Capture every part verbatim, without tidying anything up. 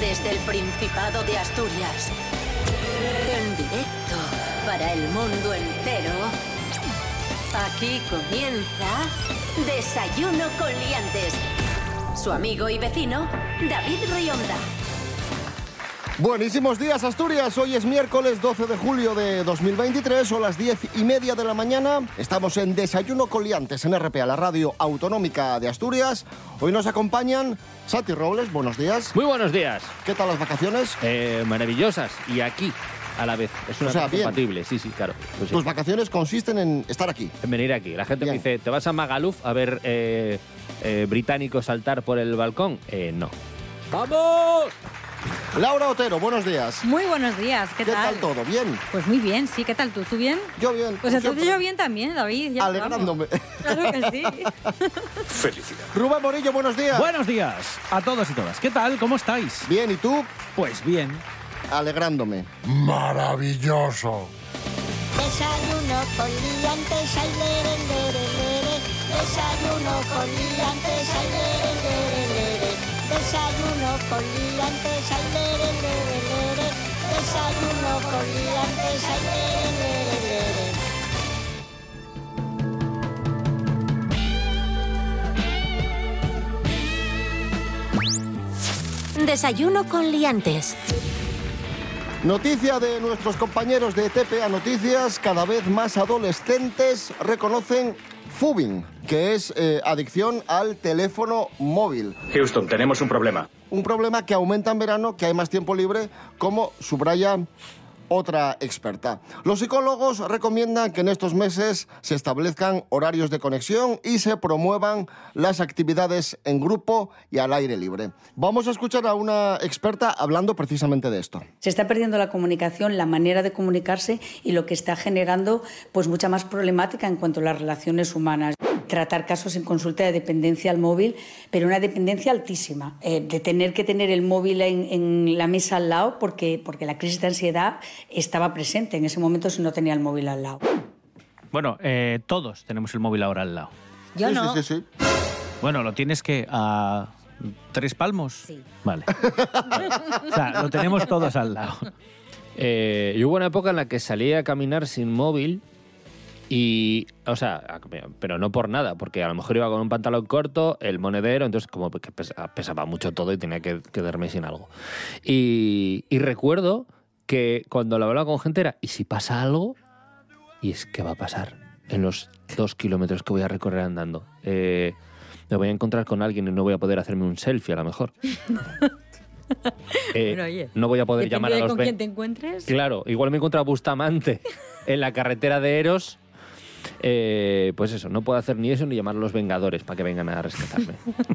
Desde el Principado de Asturias, en directo para el mundo entero, aquí comienza Desayuno con Liantes. Su amigo y vecino, David Rionda. Buenísimos días, Asturias. Hoy es miércoles doce de julio de dos mil veintitrés, son las diez y media de la mañana. Estamos en Desayuno con Liantes en R P A, la radio autonómica de Asturias. Hoy nos acompañan Santi Robles, buenos días. Muy buenos días. ¿Qué tal las vacaciones? Eh, maravillosas. Y aquí, a la vez. Es una O sea, cosa bien. compatible, sí, sí, claro. Pues sí. Tus vacaciones consisten en estar aquí. En venir aquí. La gente Bien. me dice, ¿te vas a Magaluf a ver eh, eh, británicos saltar por el balcón? Eh, no. ¡Vamos! Laura Otero, buenos días. Muy buenos días, ¿qué, ¿Qué tal todo? ¿Bien? Pues muy bien, sí, ¿qué tal tú? ¿Tú bien? Yo bien. Pues como entonces siempre. yo bien también, David. Ya Alegrándome. estamos. Claro que sí. Felicidad. Rubén Morillo, buenos días. Buenos días a todos y todas. ¿Qué tal? ¿Cómo estáis? Bien, ¿y tú? Pues bien. Alegrándome. Maravilloso. Desayuno con liantes, ay, lere, lere, lere. Desayuno con liantes, ay, lere, lere, lere. Desayuno con liantes, ay, lere, lere, lere. Desayuno con liantes, ay, lere, lere, lere. Desayuno con Liantes. Noticia de nuestros compañeros de T P A Noticias, cada vez más adolescentes reconocen Phubing, que es eh, adicción al teléfono móvil. Houston, tenemos un problema. Un problema que aumenta en verano, que hay más tiempo libre, como subraya otra experta. Los psicólogos recomiendan que en estos meses se establezcan horarios de conexión y se promuevan las actividades en grupo y al aire libre. Vamos a escuchar a una experta hablando precisamente de esto. Se está perdiendo la comunicación, la manera de comunicarse y lo que está generando pues mucha más problemática en cuanto a las relaciones humanas. Tratar casos en consulta de dependencia al móvil, pero una dependencia altísima, eh, de tener que tener el móvil en, en la mesa al lado porque, porque la crisis de ansiedad estaba presente en ese momento si no tenía el móvil al lado. Bueno, eh, todos tenemos el móvil ahora al lado. Yo Sí, no. sí, sí, sí. Bueno, ¿lo tienes que a tres palmos? Sí. Vale. O sea, lo tenemos todos al lado. Eh, y hubo una época en la que salía a caminar sin móvil y, o sea, pero no por nada, porque a lo mejor iba con un pantalón corto, el monedero, entonces como que pesa- pesaba mucho todo y tenía que quedarme sin algo. Y, y recuerdo que cuando lo hablaba con gente era, ¿y si pasa algo? Y es, ¿qué va a pasar en los dos kilómetros que voy a recorrer andando? Eh, me voy a encontrar con alguien y no voy a poder hacerme un selfie a lo mejor. Eh, Pero, oye, no voy a poder depende llamar a de los... con ve- quién te encuentres. Claro, igual me encuentro a Bustamante en la carretera de Eros. Eh, pues eso, no puedo hacer ni eso ni llamar a los Vengadores para que vengan a rescatarme.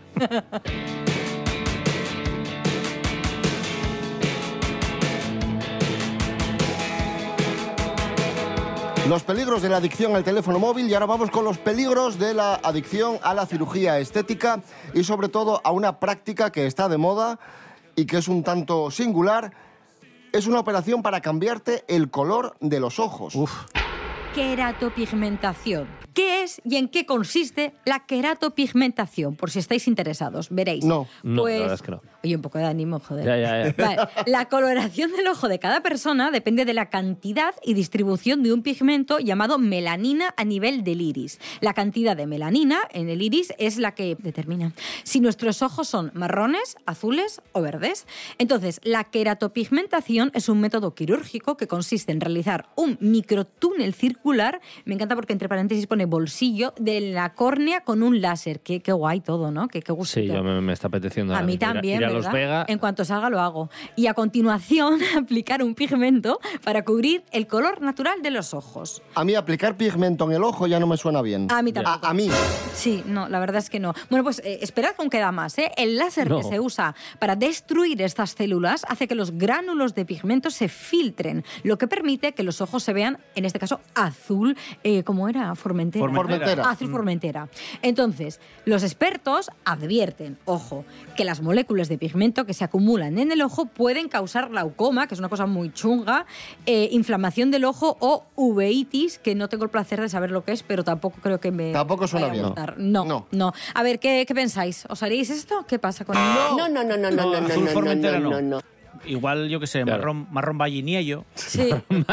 Los peligros de la adicción al teléfono móvil, y ahora vamos con los peligros de la adicción a la cirugía estética y sobre todo a una práctica que está de moda y que es un tanto singular. Es una operación para cambiarte el color de los ojos. Uf. Queratopigmentación. ¿Qué es y en qué consiste la queratopigmentación? Por si estáis interesados, veréis. No. No, Pues, la verdad es que no. Oye, un poco de ánimo, joder. Ya, ya, ya. Vale, la coloración del ojo de cada persona depende de la cantidad y distribución de un pigmento llamado melanina a nivel del iris. La cantidad de melanina en el iris es la que determina si nuestros ojos son marrones, azules o verdes. Entonces, la queratopigmentación es un método quirúrgico que consiste en realizar un microtúnel circular, me encanta porque entre paréntesis pone bolsillo, de la córnea con un láser. Qué, qué guay todo, ¿no? Qué, qué gusto. Sí, yo me, me está apeteciendo. A mí ir a- también, ir a, los ¿verdad? Vega. En cuanto salga lo hago. Y a continuación aplicar un pigmento para cubrir el color natural de los ojos. A mí aplicar pigmento en el ojo ya no me suena bien. A mí tampoco. A, a mí. Sí, no, la verdad es que no. Bueno, pues eh, esperad que aún queda más, ¿eh? El láser No. que se usa para destruir estas células hace que los gránulos de pigmento se filtren, lo que permite que los ojos se vean, en este caso, azul, eh, como era Formentera. Formentera. Formentera. Ah, Azul Formentera. Entonces, los expertos advierten, ojo, que las moléculas de pigmento que se acumulan en el ojo pueden causar glaucoma, que es una cosa muy chunga, eh, inflamación del ojo o uveitis, que no tengo el placer de saber lo que es, pero tampoco creo que me Tampoco suena vaya a bien. gustar. No, no, No. A ver, ¿qué, ¿qué pensáis? ¿Os haréis esto? ¿Qué pasa con No. No, no, no, no, no, No, no, no, azul no, Formentera no, no, no. no. Igual, yo qué sé, Claro. marrón, marrón valliniello, Sí.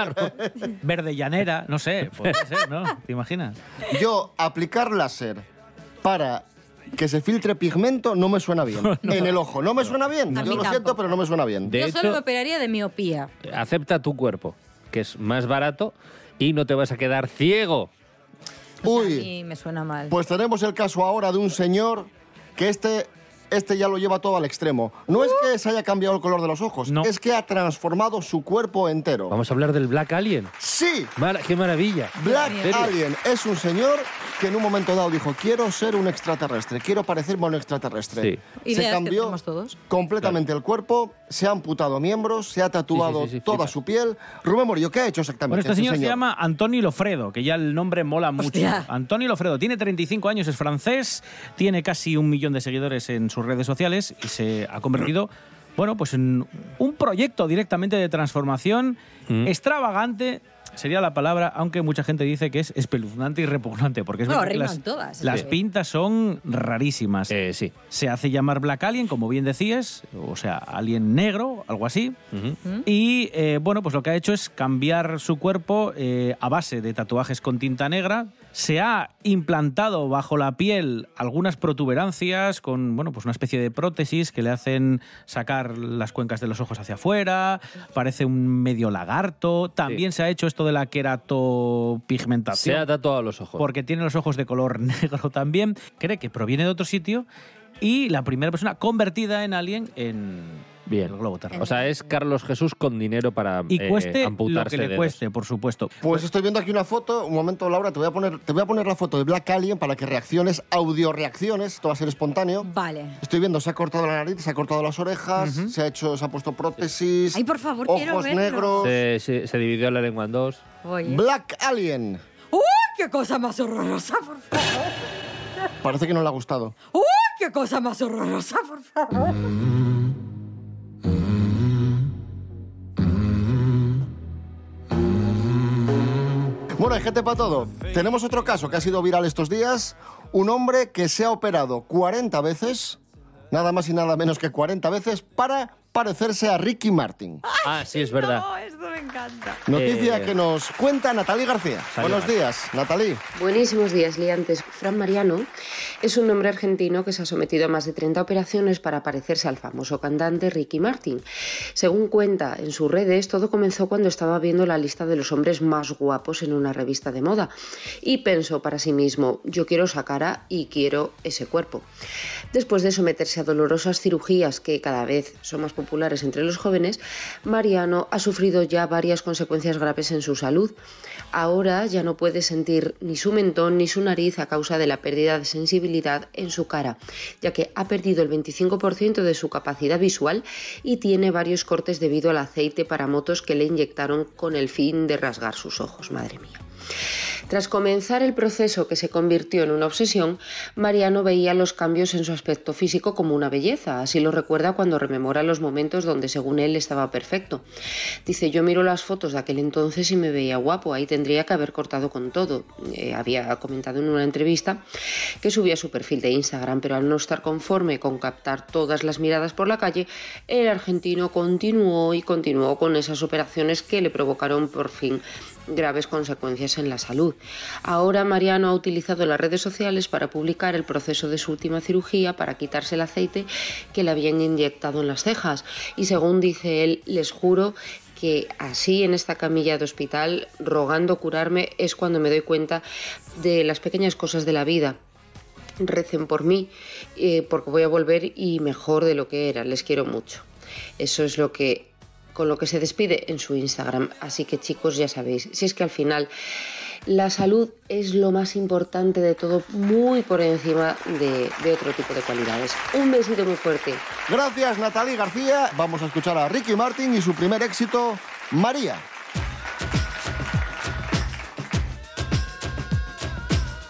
verde llanera, no sé, puede ser, ¿no? ¿Te imaginas? Yo, aplicar láser para que se filtre pigmento no me suena bien. En el ojo, no me suena bien. A Yo mí lo siento, tampoco. pero no me suena bien. De Yo hecho, solo me operaría de miopía. acepta tu cuerpo, que es más barato y no te vas a quedar ciego. A Uy, mí me suena mal. pues tenemos el caso ahora de un señor que este, este ya lo lleva todo al extremo. No es que se haya cambiado el color de los ojos, No. es que ha transformado su cuerpo entero. Vamos a hablar del Black Alien. Sí, Mar- ¡Qué maravilla! Black ¿En serio? Alien es un señor que en un momento dado dijo, quiero ser un extraterrestre, quiero parecerme a un extraterrestre. Sí. Se Ideas que cambió tenemos todos. completamente el cuerpo, se ha amputado miembros, se ha tatuado Sí, sí, sí, sí, toda flipas. su piel. Rubén Morillo, ¿qué ha hecho exactamente Bueno, este señor, se señor? llama Antonio Lofredo, que ya el nombre mola mucho. Hostia. Antonio Lofredo tiene treinta y cinco años, es francés, tiene casi un millón de seguidores en sus redes sociales y se ha convertido, bueno, pues en un proyecto directamente de transformación Mm. extravagante. Sería la palabra, aunque mucha gente dice que es espeluznante y repugnante, porque es Bueno, verdad que riman las, todas, las sí. pintas son rarísimas. Eh, sí. Se hace llamar Black Alien, como bien decías, o sea, alien negro, algo así. Ujú. Y eh, bueno, pues lo que ha hecho es cambiar su cuerpo eh, a base de tatuajes con tinta negra. Se ha implantado bajo la piel algunas protuberancias con, bueno, pues una especie de prótesis que le hacen sacar las cuencas de los ojos hacia afuera. Parece un medio lagarto. También Sí. se ha hecho esto de la queratopigmentación. Se ha tatuado los ojos. Porque tiene los ojos de color negro también. Cree que proviene de otro sitio. Y la primera persona convertida en alien en Bien. el globo terráqueo. O sea, es Carlos Jesús con dinero para Y eh, cueste lo amputarse que le dedos. cueste, por supuesto. Pues estoy viendo aquí una foto. Un momento, Laura, te voy a poner, te voy a poner la foto de Black Alien para que reacciones, audio reacciones. Esto va a ser espontáneo. Vale. Estoy viendo, se ha cortado la nariz, se ha cortado las orejas, se ha hecho, se ha puesto prótesis. Ay, por favor, ojos quiero verlo. negros. Se, se- se dividió la lengua en dos. Oye. Black Alien. ¡Uy, qué cosa más horrorosa, por favor! Parece que no le ha gustado. ¡Uy, qué cosa más horrorosa, por favor! Bueno, hay gente para todo. Tenemos otro caso que ha sido viral estos días. Un hombre que se ha operado cuarenta veces, nada más y nada menos que cuarenta veces, para parecerse a Ricky Martin. Ah, sí, es verdad. No, esto me encanta. Noticia Eh, que nos cuenta Natalie García. Salió Buenos mal. días, Natalie. Buenísimos días, liantes. Fran Mariano es un hombre argentino que se ha sometido a más de treinta operaciones para parecerse al famoso cantante Ricky Martin. Según cuenta en sus redes, todo comenzó cuando estaba viendo la lista de los hombres más guapos en una revista de moda y pensó para sí mismo, yo quiero esa cara y quiero ese cuerpo. Después de someterse a dolorosas cirugías que cada vez son más populares entre los jóvenes, Mariano ha sufrido ya varias consecuencias graves en su salud. Ahora ya no puede sentir ni su mentón ni su nariz a causa de la pérdida de sensibilidad en su cara, ya que ha perdido el veinticinco por ciento de su capacidad visual y tiene varios cortes debido al aceite para motos que le inyectaron con el fin de rasgar sus ojos. Madre mía. Tras comenzar el proceso que se convirtió en una obsesión, Mariano veía los cambios en su aspecto físico como una belleza. Así lo recuerda cuando rememora los momentos donde según él estaba perfecto. Dice, yo miro las fotos de aquel entonces y me veía guapo, ahí tendría que haber cortado con todo. Eh, había comentado en una entrevista que subía a su perfil de Instagram, pero al no estar conforme con captar todas las miradas por la calle, el argentino continuó y continuó con esas operaciones que le provocaron por fin graves consecuencias en la salud. Ahora Mariano ha utilizado las redes sociales para publicar el proceso de su última cirugía para quitarse el aceite que le habían inyectado en las cejas y según dice él, les juro que así en esta camilla de hospital, rogando curarme, es cuando me doy cuenta de las pequeñas cosas de la vida. Recen por mí eh, porque voy a volver y mejor de lo que era, les quiero mucho. Eso es lo que con lo que se despide en su Instagram. Así que chicos, ya sabéis, si es que al final la salud es lo más importante de todo, muy por encima de, de otro tipo de cualidades. Un besito muy fuerte. Gracias, Natalie García. Vamos a escuchar a Ricky Martin y su primer éxito, María.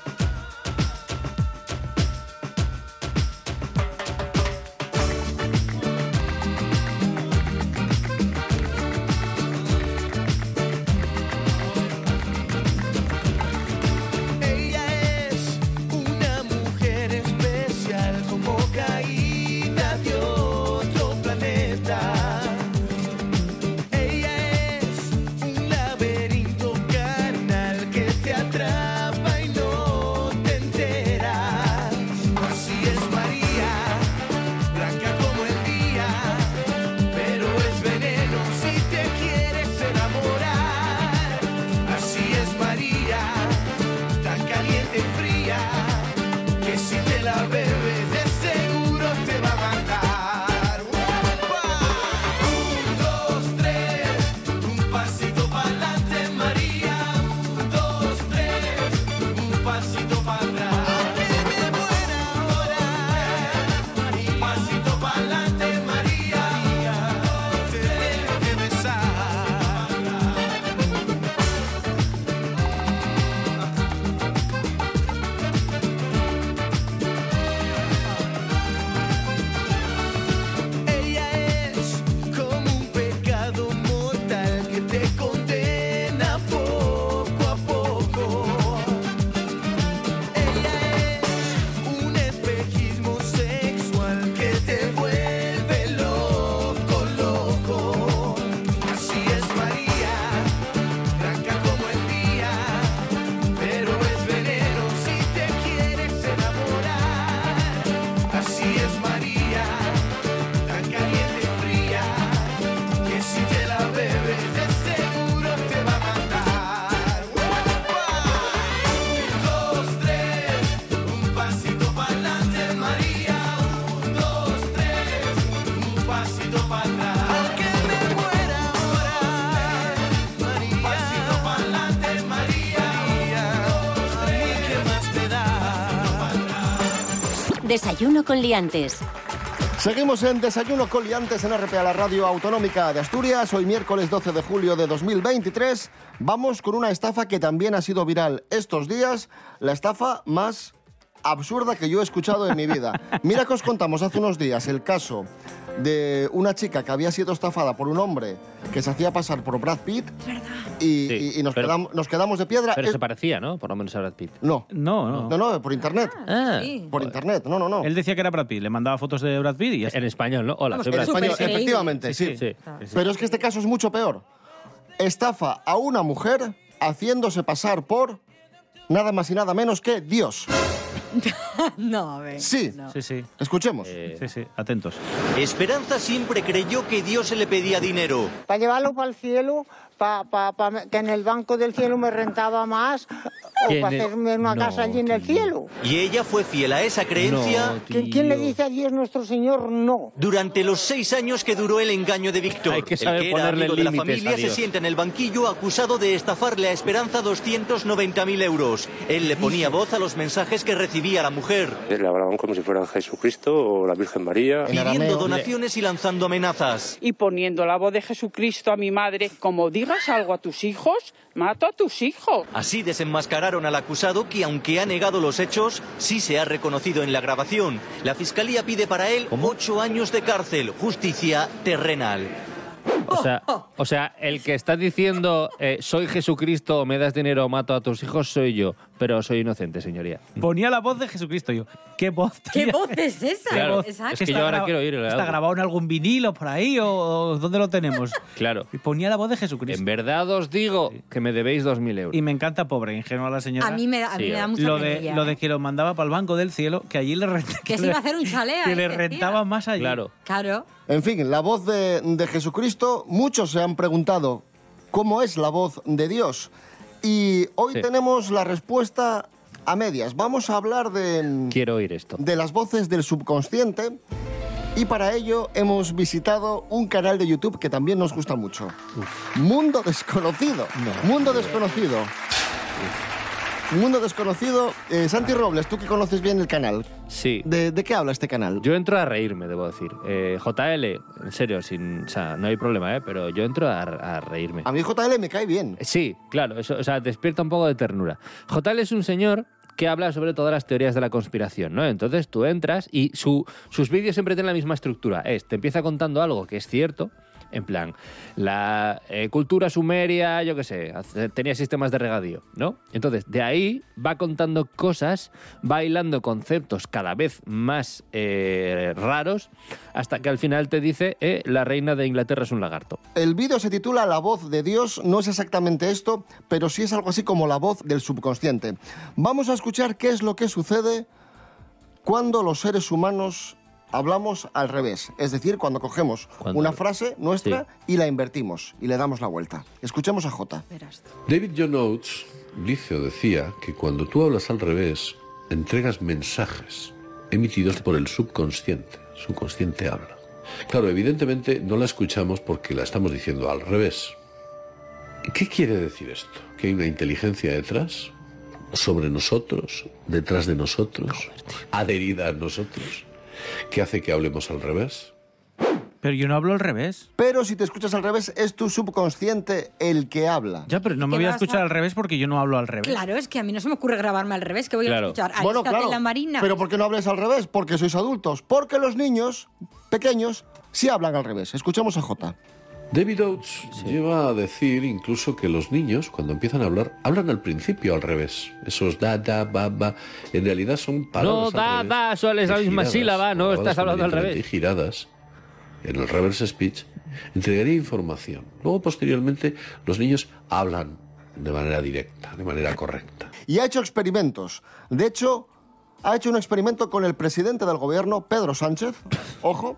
Desayuno con liantes. Seguimos en Desayuno con liantes en R P A, la radio autonómica de Asturias. Hoy miércoles doce de julio de dos mil veintitrés. Vamos con una estafa que también ha sido viral estos días. La estafa más absurda que yo he escuchado en mi vida. Mira que os contamos hace unos días el caso de una chica que había sido estafada por un hombre que se hacía pasar por Brad Pitt. Y, Sí, y- y nos, pero- quedamos, nos quedamos de piedra. Pero Es- se parecía, ¿no? Por lo menos a Brad Pitt. No, No, no. no, no, por internet. Ah, Sí. Por internet, no, no, no. Él decía que era Brad Pitt, le mandaba fotos de Brad Pitt y ya está. en español, ¿no? Hola, Vamos, soy En Brad súper Pitt. español, creíble. efectivamente, sí. Sí, sí. Pero es que este caso es mucho peor. Estafa a una mujer haciéndose pasar por nada más y nada menos que Dios. No, a ver. Sí, no. Sí, sí. escuchemos. Eh, Sí, sí, atentos. Esperanza siempre creyó que Dios se le pedía dinero. Para llevarlo para el cielo, para pa, pa, que en el banco del cielo me rentaba más, o ¿Quién para es? hacerme una No, casa allí en el tío. cielo. Y ella fue fiel a esa creencia No, ¿Qui- ¿Quién le tío. dice a Dios nuestro Señor no? durante los seis años que duró el engaño de Víctor. Hay que saber el que era ponerle amigo de la límites familia a se Dios. sienta en el banquillo acusado de estafarle a Esperanza doscientos noventa mil euros. Él le ponía voz a los mensajes que recibía la mujer, Le hablaban como si fuera Jesucristo o la Virgen María. En pidiendo arameo. donaciones y lanzando amenazas. Y poniendo la voz de Jesucristo a mi madre, como digas algo a tus hijos, mato a tus hijos. Así desenmascararon al acusado, que aunque ha negado los hechos, sí se ha reconocido en la grabación. La fiscalía pide para él ocho años de cárcel, justicia terrenal. O sea, o sea, el que está diciendo eh, soy Jesucristo, me das dinero, mato a tus hijos, soy yo. Pero soy inocente, señoría. Ponía la voz de Jesucristo yo. ¿Qué voz? ¿Qué tenía? voz es esa? Claro, Exacto. es que ¿Está yo ahora gra- quiero oír el ¿Está audio. grabado en algún vinilo por ahí o, o dónde lo tenemos? Claro. Y ponía la voz de Jesucristo. En verdad os digo que me debéis dos mil euros. Y me encanta, pobre, ingenua la señora. A mí me da, a mí Sí, me da eh. mucha lo de, penilla, lo de ¿eh? que lo mandaba para el Banco del Cielo, que allí le rentaba. Que se iba a hacer un chalet Que ahí, le decía. rentaba más allí. Claro. Claro. En fin, la voz de, de Jesucristo, muchos se han preguntado cómo es la voz de Dios. Y hoy Sí. tenemos la respuesta a medias. Vamos a hablar de, Quiero oír esto. de las voces del subconsciente. Y para ello hemos visitado un canal de YouTube que también nos gusta mucho. Mundo Desconocido. Mundo Desconocido. Mundo Desconocido. Eh, Santi Robles, tú que conoces bien el canal. Sí. ¿De, de qué habla este canal? Yo entro a reírme, debo decir. Eh, J L, en serio, sin, o sea, no hay problema, ¿eh? Pero yo entro a, a reírme. A mí J L me cae bien. Sí, claro, eso, o sea, despierta un poco de ternura. J L es un señor que habla sobre todas las teorías de la conspiración, ¿no? Entonces tú entras y su, sus vídeos siempre tienen la misma estructura. Es, te empieza contando algo que es cierto, en plan, la eh, cultura sumeria, yo qué sé, hace- tenía sistemas de regadío, ¿no? Entonces, de ahí va contando cosas, va hilando conceptos cada vez más eh, raros, hasta que al final te dice, eh, la reina de Inglaterra es un lagarto. El vídeo se titula La voz de Dios. No es exactamente esto, pero sí es algo así como la voz del subconsciente. Vamos a escuchar qué es lo que sucede cuando los seres humanos hablamos al revés. Es decir, cuando cogemos Cuando- una frase nuestra Sí. y la invertimos y le damos la vuelta. Escuchemos a Jota. Verás tú. David John Oates dice o decía que cuando tú hablas al revés, entregas mensajes emitidos por el subconsciente. El subconsciente habla. Claro, evidentemente no la escuchamos porque la estamos diciendo al revés. ¿Qué quiere decir esto? ¿Que hay una inteligencia detrás? ¿Sobre nosotros? ¿Detrás de nosotros? ¿Adherida a nosotros? ¿Qué hace que hablemos al revés? Pero yo no hablo al revés. Pero si te escuchas al revés, es tu subconsciente el que habla. Ya, pero no me ¿Qué voy a vas a- escuchar al revés porque yo no hablo al revés. Claro, es que a mí no se me ocurre grabarme al revés, que voy Claro. a escuchar. Ahí Bueno, está claro. la Marina. Pero ¿por qué no hables al revés? Porque sois adultos. Porque los niños pequeños sí hablan al revés. Escuchemos a Jota. David Oates lleva a decir incluso que los niños, cuando empiezan a hablar, hablan al principio al revés. Esos da, da, ba, ba, en realidad son palabras No, al da, revés, da, solo es la misma giradas, sílaba, no grabadas estás hablando al convenientemente revés. y giradas en el reverse speech, entregaría información. Luego, posteriormente, los niños hablan de manera directa, de manera correcta. Y ha hecho experimentos. De hecho, ha hecho un experimento con el presidente del gobierno, Pedro Sánchez. Ojo.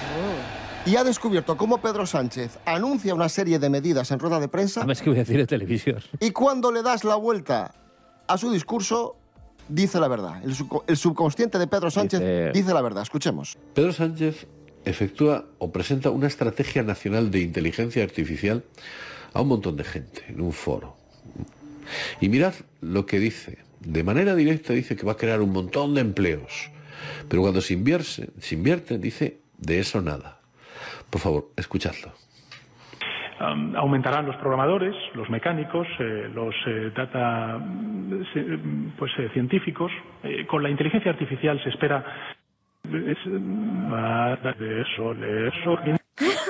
Y ha descubierto cómo Pedro Sánchez anuncia una serie de medidas en rueda de prensa ¿Sabes qué voy a decir de televisión? y cuando le das la vuelta a su discurso, dice la verdad. El, subco- el subconsciente de Pedro Sánchez Dice- dice la verdad. Escuchemos. Pedro Sánchez efectúa o presenta una estrategia nacional de inteligencia artificial a un montón de gente en un foro. Y mirad lo que dice. De manera directa dice que va a crear un montón de empleos. Pero cuando se invierte, se invierte, dice, de eso nada. Por favor, escuchadlo. Um, aumentarán los programadores, los mecánicos, eh, los eh, data eh, pues, eh, científicos. Eh, con la inteligencia artificial se espera... Es, de eso, de eso,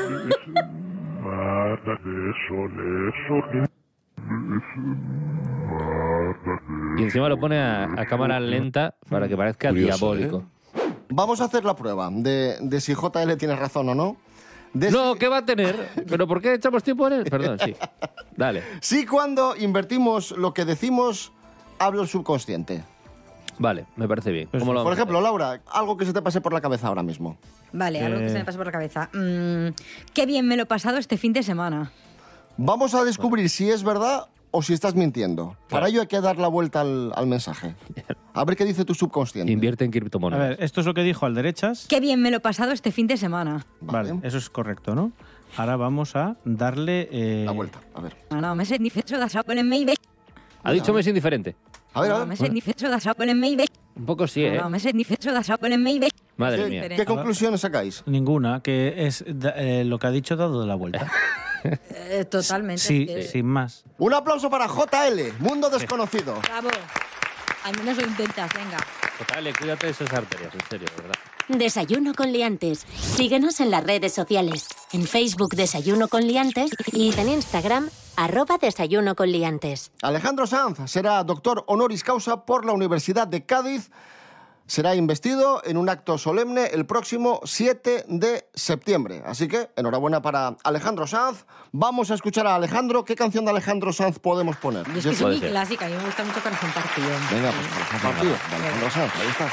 y encima lo pone a, a cámara lenta para que parezca Curioso, diabólico. ¿eh? Vamos a hacer la prueba de, de si J L tiene razón o no. De No, si, ¿qué va a tener? ¿Pero por qué echamos tiempo en él? Perdón, sí. Dale. si cuando invertimos lo que decimos, habla el subconsciente. Vale, me parece bien. Pues, ¿Cómo lo por vamos a ejemplo, Laura, algo que se te pase por la cabeza ahora mismo. Vale, algo que Eh. se me pasa por la cabeza. Mm, qué bien me lo he pasado este fin de semana. Vamos a descubrir si es verdad o si estás mintiendo. Para ello hay que dar la vuelta al, al mensaje. A ver qué dice tu subconsciente. Invierte en A criptomonedas. ver, esto es lo que dijo al derechas. Qué bien me lo he pasado este fin de semana. Vale, eso es correcto, ¿no? Ahora vamos a darle... Eh... La vuelta, a ver. No, no, me sé ni fecho de asar en mi Ha dicho Messi indiferente. A ver, a No, ver. me sé ni fecho de asar en mi Un poco sí, ¿eh? No, me sé ni fecho de asar en mi Madre ¿Qué, mía. ¿Qué conclusiones sacáis? Ninguna, que es da- eh, lo que ha dicho dado de la vuelta. Eh, totalmente. Sí, es que- sin más. Un aplauso para J L, Mundo Desconocido. Bravo. Al menos lo intentas, venga. Total, cuídate de esas arterias, en serio, de verdad. Desayuno con liantes. Síguenos en las redes sociales. En Facebook Desayuno con liantes y en Instagram arroba Desayuno con liantes. Alejandro Sanz será doctor honoris causa por la Universidad de Cádiz. Será investido en un acto solemne el próximo siete de septiembre. Así que, enhorabuena para Alejandro Sanz. Vamos a escuchar a Alejandro. ¿Qué canción de Alejandro Sanz podemos poner? Yo es que soy muy clásica, a mí me gusta mucho Corazón Partido. Venga, pues Corazón Partido, de Alejandro Sanz, ahí está.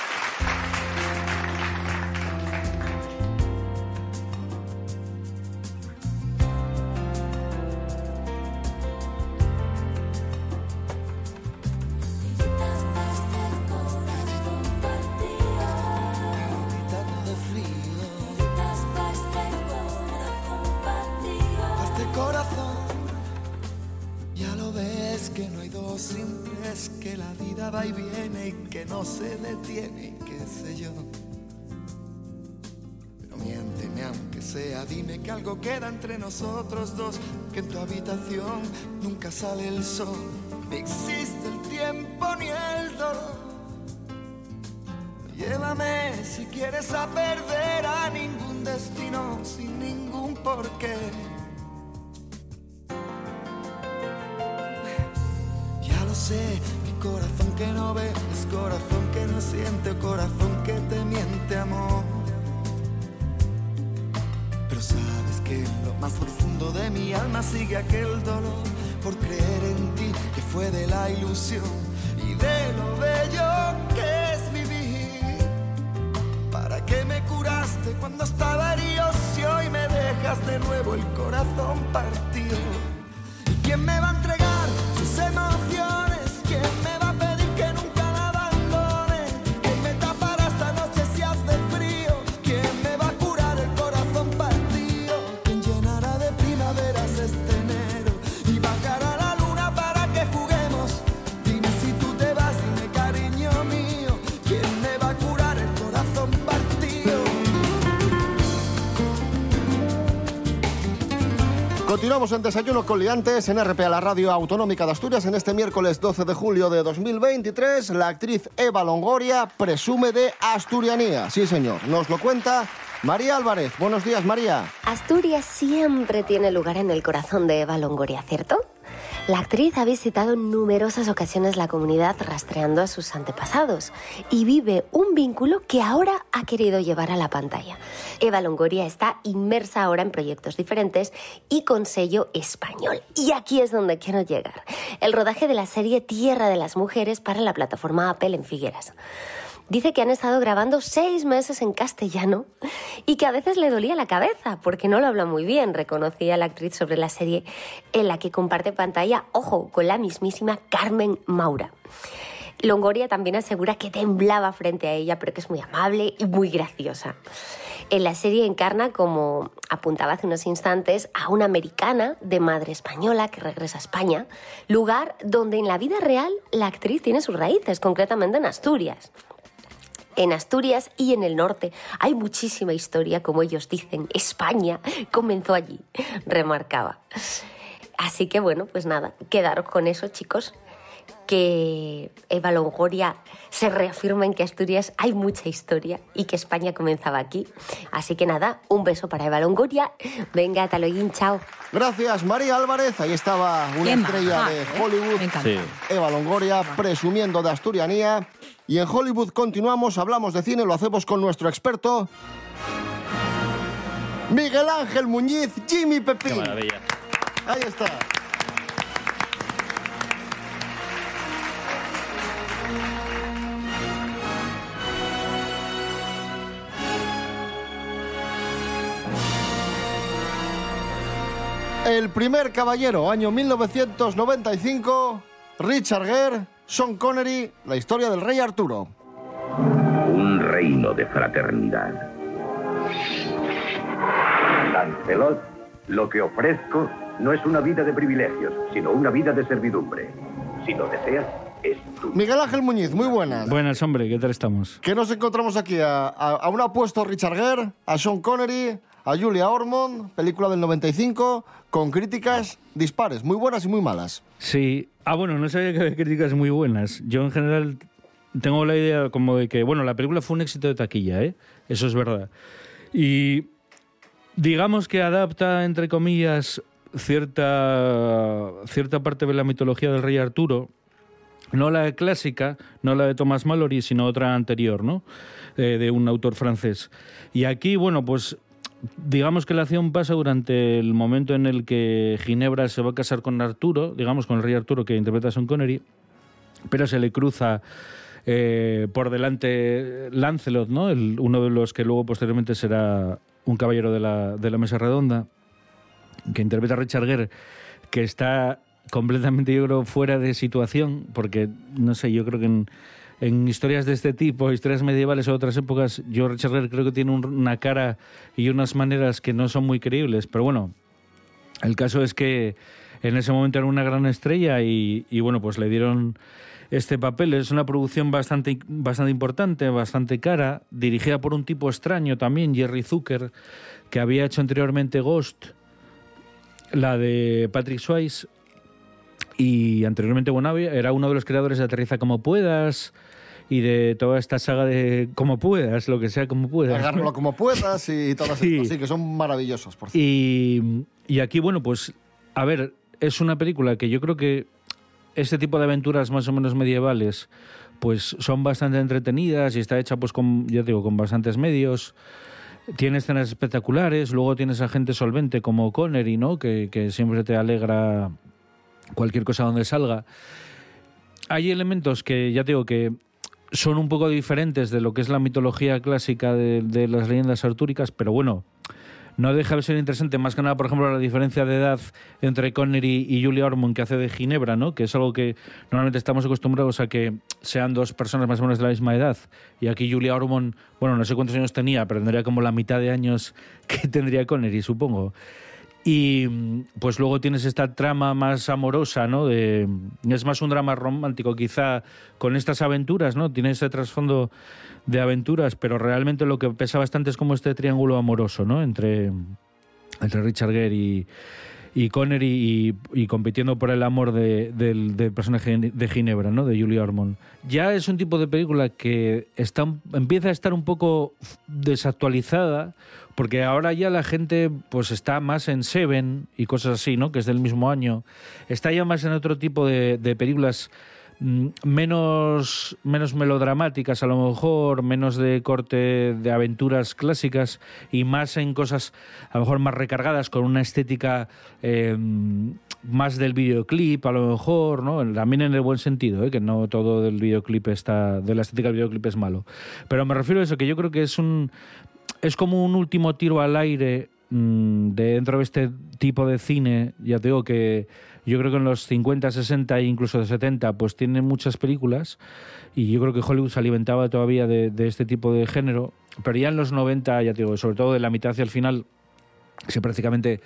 Este corazón, ya lo ves que no hay dos simples, que la vida va y viene y que no se detiene y qué sé yo. Pero miénteme aunque sea, dime que algo queda entre nosotros dos, que en tu habitación nunca sale el sol, ni existe el tiempo ni el dolor. Llévame si quieres a perder a ningún destino sin ningún porqué. Ya lo sé, mi corazón que no ve es corazón que no siente, corazón que te miente, amor. Pero sabes que en lo más profundo de mi alma sigue aquel dolor por creer en ti, que fue de la ilusión y de lo bello que es vivir. ¿Para qué me curaste cuando estaba herido si hoy me dejas de nuevo el corazón partido? ¿Y quién me va a entregar sus emociones? ¿Quién me va a pedir que nunca la abandone? ¿Quién me tapará esta noche si hace frío? ¿Quién me va a curar el corazón partido? ¿Quién llenará de primaveras este enero y bajará la luna para que juguemos? Dime si tú te vas, dime cariño mío, ¿quién me va a curar el corazón partido? Continuamos en Desayuno con Liantes en R P A, la radio autonómica de Asturias. En este miércoles doce de julio de dos mil veintitrés, la actriz Eva Longoria presume de asturianía. Sí, señor, nos lo cuenta María Álvarez. Buenos días, María. Asturias siempre tiene lugar en el corazón de Eva Longoria, ¿cierto? La actriz ha visitado en numerosas ocasiones la comunidad rastreando a sus antepasados y vive un vínculo que ahora ha querido llevar a la pantalla. Eva Longoria está inmersa ahora en proyectos diferentes y con sello español. Y aquí es donde quiero llegar. El rodaje de la serie Tierra de las Mujeres para la plataforma Apple en Figueras. Dice que han estado grabando seis meses en castellano y que a veces le dolía la cabeza porque no lo habla muy bien, reconocía la actriz sobre la serie en la que comparte pantalla, ojo, con la mismísima Carmen Maura. Longoria también asegura que temblaba frente a ella, pero que es muy amable y muy graciosa. En la serie encarna, como apuntaba hace unos instantes, a una americana de madre española que regresa a España, lugar donde en la vida real la actriz tiene sus raíces, concretamente en Asturias. En Asturias y en el norte hay muchísima historia, como ellos dicen. España comenzó allí, remarcaba. Así que bueno, pues nada, quedaros con eso, chicos, que Eva Longoria se reafirma en que Asturias hay mucha historia y que España comenzaba aquí. Así que nada, un beso para Eva Longoria. Venga, hasta luego, chao. Gracias, María Álvarez. Ahí estaba una Qué estrella maja, de ¿eh? Hollywood, Me encanta. Sí. Eva Longoria, presumiendo de asturianía. Y en Hollywood continuamos, hablamos de cine, lo hacemos con nuestro experto, Miguel Ángel Muñiz, Jimmy Pepín. Qué maravilla. Ahí está. El primer caballero, año mil novecientos noventa y cinco, Richard Gere, Sean Connery, la historia del rey Arturo. Un reino de fraternidad. Lancelot, lo que ofrezco no es una vida de privilegios, sino una vida de servidumbre. Si lo deseas, es tuyo. Miguel Ángel Muñiz, muy buenas. Buenas, hombre, ¿qué tal estamos? ¿Qué nos encontramos aquí? A, a, a un apuesto Richard Gere, a Sean Connery, a Julia Ormond, película del noventa y cinco, con críticas dispares, muy buenas y muy malas. Sí. Ah, bueno, no sabía que había críticas muy buenas. Yo, en general, tengo la idea como de que, bueno, la película fue un éxito de taquilla, ¿eh? Eso es verdad. Y digamos que adapta, entre comillas, cierta, cierta parte de la mitología del rey Arturo, no la clásica, no la de Thomas Malory, sino otra anterior, ¿no? Eh, de un autor francés. Y aquí, bueno, pues digamos que la acción pasa durante el momento en el que Ginebra se va a casar con Arturo, digamos con el rey Arturo que interpreta a Sean Connery, pero se le cruza eh, por delante Lancelot, ¿no? El, uno de los que luego posteriormente será un caballero de la, de la Mesa Redonda, que interpreta a Richard Gere, que está completamente, yo creo, fuera de situación, porque, no sé, yo creo que en, en historias de este tipo, historias medievales o otras épocas, yo Richard Gere creo que tiene un, una cara y unas maneras que no son muy creíbles, pero bueno, el caso es que en ese momento era una gran estrella y, y bueno, pues le dieron este papel. Es una producción bastante, bastante importante, bastante cara, dirigida por un tipo extraño también, Jerry Zucker, que había hecho anteriormente Ghost, la de Patrick Swayze, y anteriormente, bueno, era uno de los creadores de Aterriza como puedas y de toda esta saga de Como puedas, lo que sea como puedas. Agárralo como puedas y todas Sí. estas, sí, que son maravillosos, por cierto. Y, y aquí, bueno, pues, a ver, es una película que yo creo que este tipo de aventuras más o menos medievales pues son bastante entretenidas y está hecha, pues, con, ya digo, con bastantes medios. Tiene escenas espectaculares, luego tienes a gente solvente como Connery, ¿no? Que, que siempre te alegra cualquier cosa donde salga. Hay elementos que, ya te digo, que son un poco diferentes de lo que es la mitología clásica de, de las leyendas artúricas, pero bueno, no deja de ser interesante, más que nada, por ejemplo, la diferencia de edad entre Connery y Julia Ormond, que hace de Ginebra, ¿no? Que es algo que normalmente estamos acostumbrados a que sean dos personas más o menos de la misma edad. Y aquí Julia Ormond, bueno, no sé cuántos años tenía, pero tendría como la mitad de años que tendría Connery, supongo. Y pues luego tienes esta trama más amorosa, ¿no? De, es más un drama romántico, quizá, con estas aventuras, ¿no? Tiene ese trasfondo de aventuras, pero realmente lo que pesa bastante es como este triángulo amoroso, ¿no? Entre, entre Richard Gere y, y Connery y, y compitiendo por el amor de, del, del personaje de Ginebra, ¿no? De Julia Ormond. Ya es un tipo de película que está, empieza a estar un poco desactualizada, porque ahora ya la gente pues está más en Seven y cosas así, ¿no? Que es del mismo año. Está ya más en otro tipo de, de películas mmm, menos, menos melodramáticas, a lo mejor, menos de corte de aventuras clásicas y más en cosas a lo mejor más recargadas, con una estética eh, más del videoclip, a lo mejor, ¿no? También en el buen sentido, ¿eh? Que no todo del videoclip está, de la estética del videoclip es malo. Pero me refiero a eso, que yo creo que es un... Es como un último tiro al aire mmm, de dentro de este tipo de cine. Ya te digo que yo creo que en los cincuenta, sesenta e incluso de setenta pues tiene muchas películas y yo creo que Hollywood se alimentaba todavía de, de este tipo de género. Pero ya en los noventa, ya te digo, sobre todo de la mitad hacia el final, se prácticamente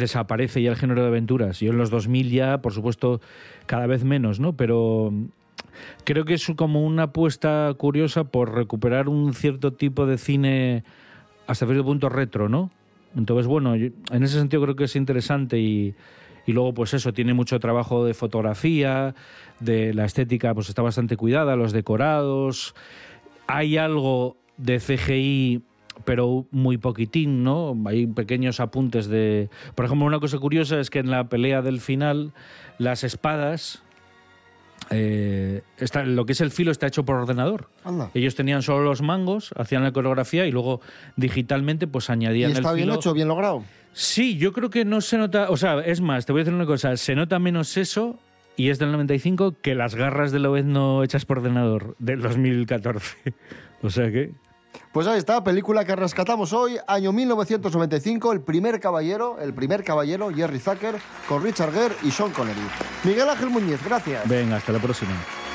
desaparece ya el género de aventuras. Y en los dos mil ya, por supuesto, cada vez menos, ¿no? Pero Creo que es como una apuesta curiosa por recuperar un cierto tipo de cine hasta cierto punto retro, ¿no? Entonces, bueno, yo, en ese sentido creo que es interesante y, y luego, pues eso, tiene mucho trabajo de fotografía, de la estética, pues está bastante cuidada, los decorados, hay algo de C G I, pero muy poquitín, ¿no? Hay pequeños apuntes de... Por ejemplo, una cosa curiosa es que en la pelea del final, las espadas... Eh, está, lo que es el filo está hecho por ordenador. Anda. Ellos tenían solo los mangos, hacían la coreografía y luego digitalmente pues añadían el filo. ¿Y está bien hecho, bien logrado? Sí, yo creo que no se nota... O sea, es más, te voy a decir una cosa. Se nota menos eso, y es del noventa y cinco, que las garras de Lobezno hechas por ordenador del dos mil catorce. O sea que... Pues ahí está, película que rescatamos hoy, año mil novecientos noventa y cinco, El primer caballero, el primer caballero, Jerry Zucker, con Richard Gere y Sean Connery. Miguel Ángel Muñiz, gracias. Venga, hasta la próxima.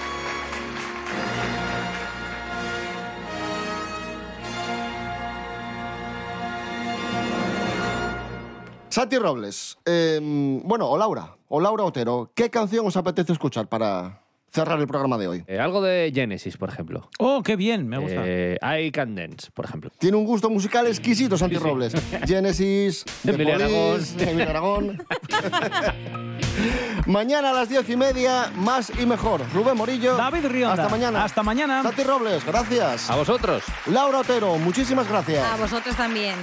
Santi Robles, eh, bueno, o Laura, o Laura Otero, ¿qué canción os apetece escuchar para cerrar el programa de hoy? Eh, algo de Genesis, por ejemplo. Oh, qué bien, me gusta. Eh, I Can Dance, por ejemplo. Tiene un gusto musical exquisito, Santi sí, sí. Robles. Genesis, The Police, Emilio Aragón. Mañana a las diez y media, más y mejor. Rubén Morillo. David Rionda. Hasta mañana. Hasta mañana. Santi Robles, gracias. A vosotros. Laura Otero, muchísimas gracias. A vosotros también.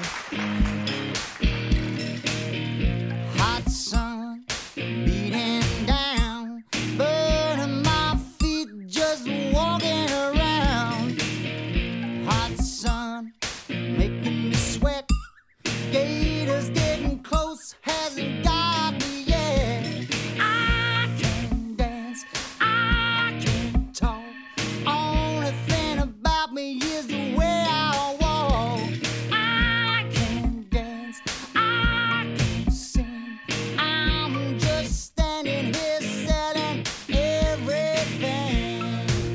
Hot sun beating down, burning my feet just walking around. Hot sun making me sweat, gators getting close, hasn't got me yet. I can dance, I can talk, only thing about me is the way I walk. I can dance, I can sing, I'm just standing here selling everything.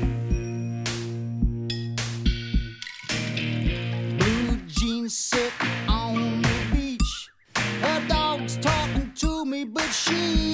Blue jeans sit on the beach, her dog's talking to me, but she